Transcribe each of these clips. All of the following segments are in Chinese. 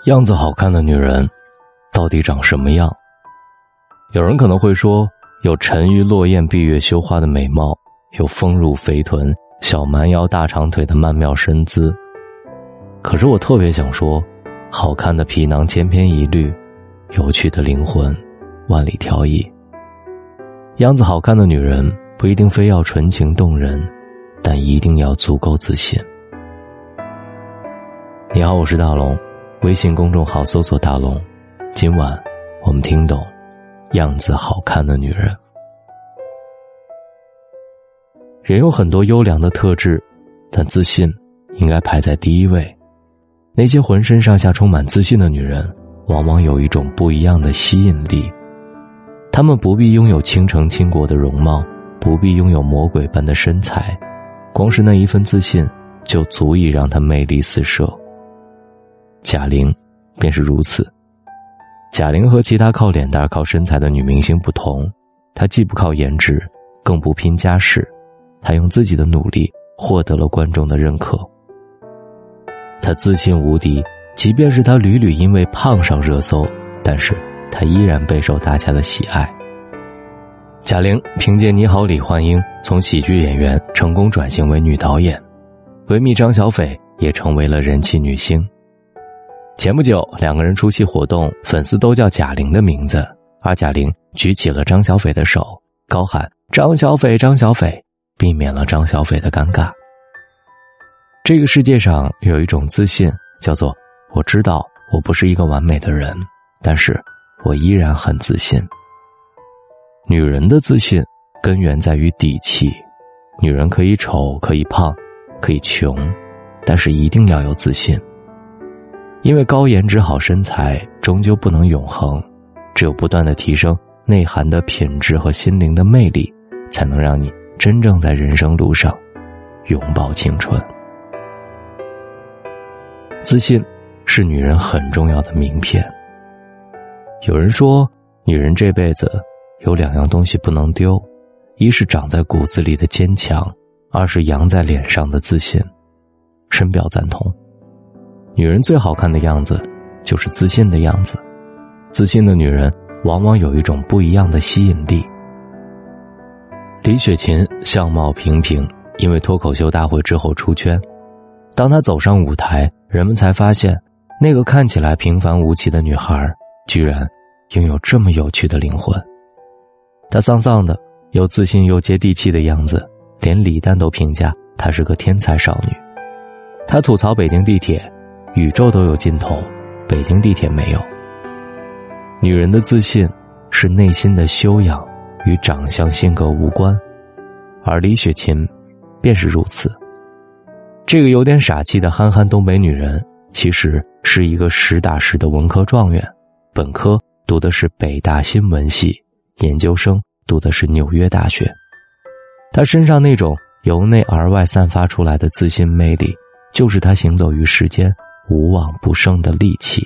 样子好看的女人到底长什么样？有人可能会说，有沉鱼落雁闭月羞花的美貌，有丰乳肥臀小蛮腰大长腿的曼妙身姿。可是我特别想说，好看的皮囊千篇一律，有趣的灵魂万里挑一。样子好看的女人不一定非要纯情动人，但一定要足够自信。你好，我是大龙，微信公众号搜索大龙。今晚我们听懂样子好看的女人。人有很多优良的特质，但自信应该排在第一位。那些浑身上下充满自信的女人，往往有一种不一样的吸引力。她们不必拥有倾城倾国的容貌，不必拥有魔鬼般的身材，光是那一份自信就足以让她魅力四射。贾玲便是如此。贾玲和其他靠脸蛋靠身材的女明星不同，她既不靠颜值，更不拼家世，她用自己的努力获得了观众的认可。她自信无敌，即便是她屡屡因为胖上热搜，但是她依然备受大家的喜爱。贾玲凭借《你好，李焕英》从喜剧演员成功转型为女导演，闺蜜张小斐也成为了人气女星。前不久两个人出席活动，粉丝都叫贾玲的名字，而贾玲举起了张小斐的手，高喊张小斐张小斐，避免了张小斐的尴尬。这个世界上有一种自信，叫做我知道我不是一个完美的人，但是我依然很自信。女人的自信根源在于底气。女人可以丑，可以胖，可以穷，但是一定要有自信。因为高颜值好身材终究不能永恒，只有不断的提升内涵的品质和心灵的魅力，才能让你真正在人生路上拥抱青春。自信是女人很重要的名片。有人说，女人这辈子有两样东西不能丢，一是长在骨子里的坚强，二是扬在脸上的自信。深表赞同。女人最好看的样子就是自信的样子，自信的女人往往有一种不一样的吸引力。李雪琴相貌平平，因为脱口秀大会之后出圈。当她走上舞台，人们才发现，那个看起来平凡无奇的女孩，居然拥有这么有趣的灵魂。她丧丧的，又自信又接地气的样子，连李诞都评价她是个天才少女。她吐槽北京地铁，宇宙都有尽头，北京地铁没有。女人的自信是内心的修养，与长相性格无关，而李雪琴便是如此。这个有点傻气的憨憨东北女人，其实是一个实打实的文科状元，本科读的是北大新闻系，研究生读的是纽约大学。她身上那种由内而外散发出来的自信魅力，就是她行走于世间无往不胜的利器。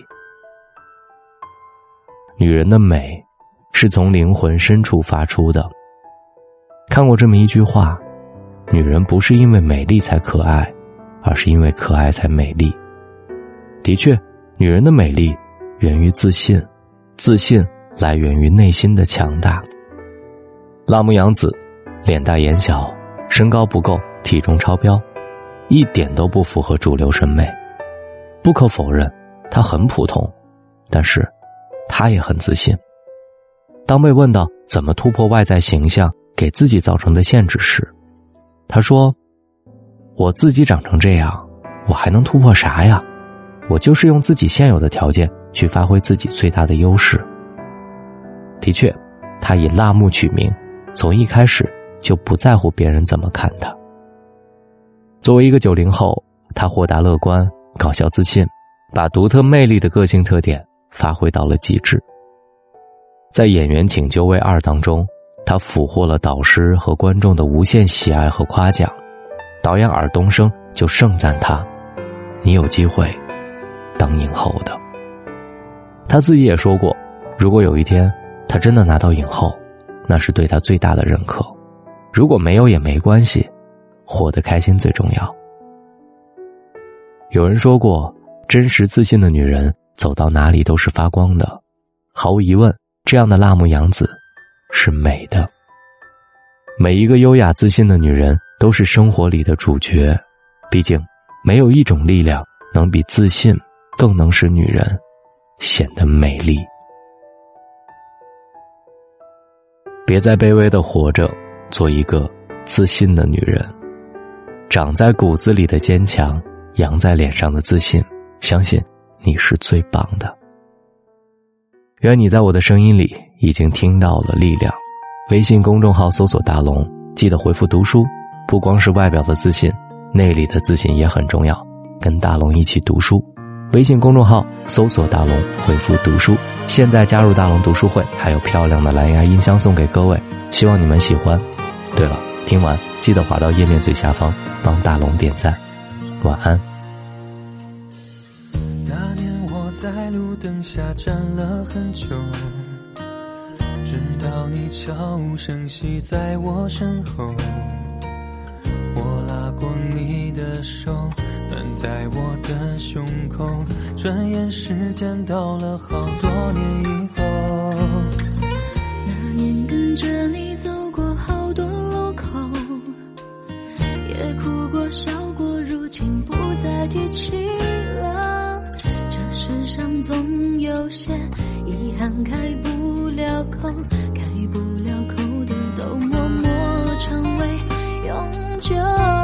女人的美是从灵魂深处发出的。看过这么一句话，女人不是因为美丽才可爱，而是因为可爱才美丽。的确，女人的美丽源于自信，自信来源于内心的强大。辣目洋子，脸大眼小，身高不够，体重超标，一点都不符合主流审美。不可否认，她很普通，但是她也很自信。当被问到怎么突破外在形象给自己造成的限制时，她说，我自己长成这样，我还能突破啥呀？我就是用自己现有的条件去发挥自己最大的优势。的确，她以辣目取名，从一开始就不在乎别人怎么看她。作为一个90后，她豁达乐观，搞笑自信，把独特魅力的个性特点发挥到了极致。在《演员请就位2》当中，她俘获了导师和观众的无限喜爱和夸奖。导演尔冬升就盛赞她，你有机会当影后的。她自己也说过，如果有一天她真的拿到影后，那是对她最大的认可。如果没有也没关系，活得开心最重要。有人说过，真实自信的女人走到哪里都是发光的。毫无疑问，这样的辣目洋子是美的。每一个优雅自信的女人都是生活里的主角，毕竟没有一种力量能比自信更能使女人显得美丽。别再卑微地活着，做一个自信的女人。长在骨子里的坚强，扬在脸上的自信，相信你是最棒的。愿你在我的声音里已经听到了力量。微信公众号搜索大龙，记得回复读书。不光是外表的自信，内里的自信也很重要。跟大龙一起读书。微信公众号搜索大龙，回复读书。现在加入大龙读书会，还有漂亮的蓝牙音箱送给各位，希望你们喜欢。对了，听完记得滑到页面最下方帮大龙点赞。晚安。 那年我在路灯下站了很久，直到你悄无声息在我身后，我拉过你的手，暖在我的胸口，转眼时间到了好多年以后。 那年跟着你走过好多路口，也哭过笑过，如今不再提起了。这世上总有些遗憾开不了口，开不了口的都默默成为永久。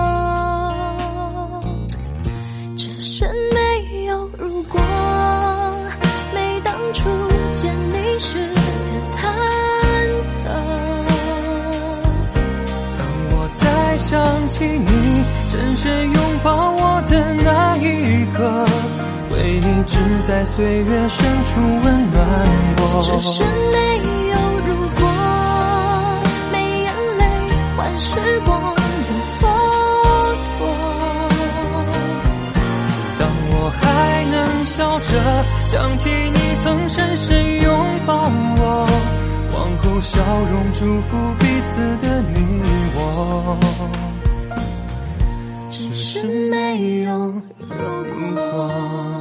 只是没有如果，没当初见你时的忐忑。 当我再想起你深深拥抱我的那一刻，回忆只在岁月深处温暖我。 只是没有如果，没眼泪换时光的蹉跎。 当我还能笑着想起你曾深深拥抱我，往后笑容祝福彼此的你我。 只是没有如果。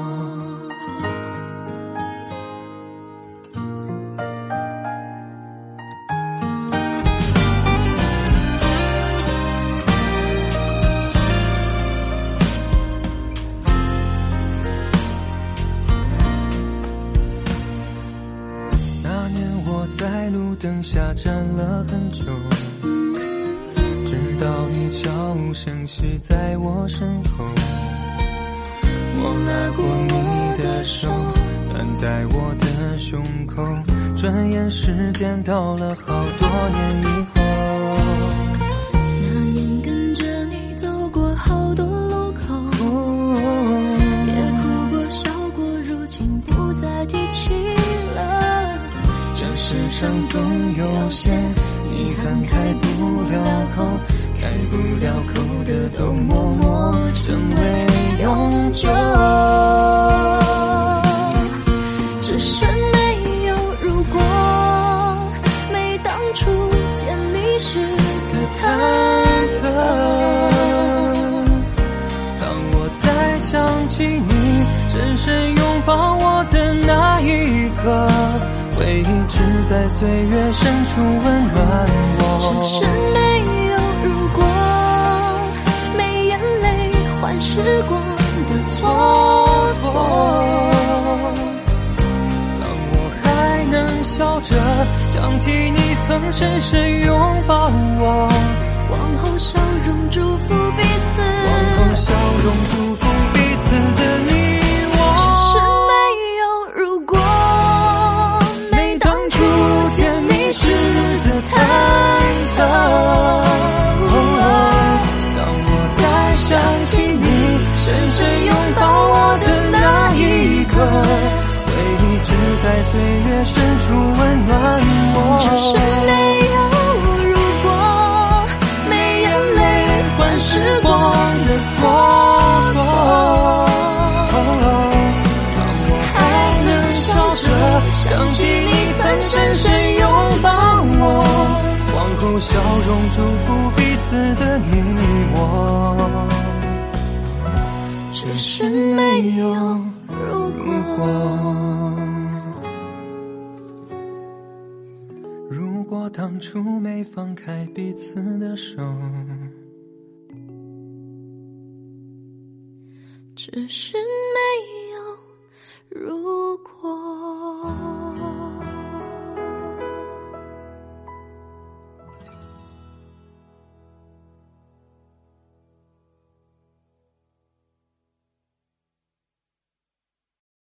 在路灯下站了很久，直到你悄无声息在我身后，我拉过你的手，暖在我的胸口，转眼时间到了好多年以后。 那年跟着你走过好多路口，也哭过笑过，如今不再提起了。 这世上总有些遗憾开不了口，开不了口的都默默成为永久。 只是没有如果，没当初见你时的忐忑。 当我再想起你深深拥抱我的那一刻，回忆只在岁月深处温暖我。 只是没有如果，没眼泪换时光的蹉跎。 当我还能笑着想起你曾深深拥抱我， 往后笑容祝福彼此， 往后笑容祝福彼此的你我。 只是没有如果，没当初见你时的忐忑。 当我再想起你深深拥抱我的那一刻，回忆只在岁月深处温暖我。 只是没有如果，没眼泪换时光的蹉跎。 当我还能笑着想起你曾深深拥抱我，往后笑容祝福彼此的你我。 只是没有如果。 如果当初没放开彼此的手， 只是没有如果。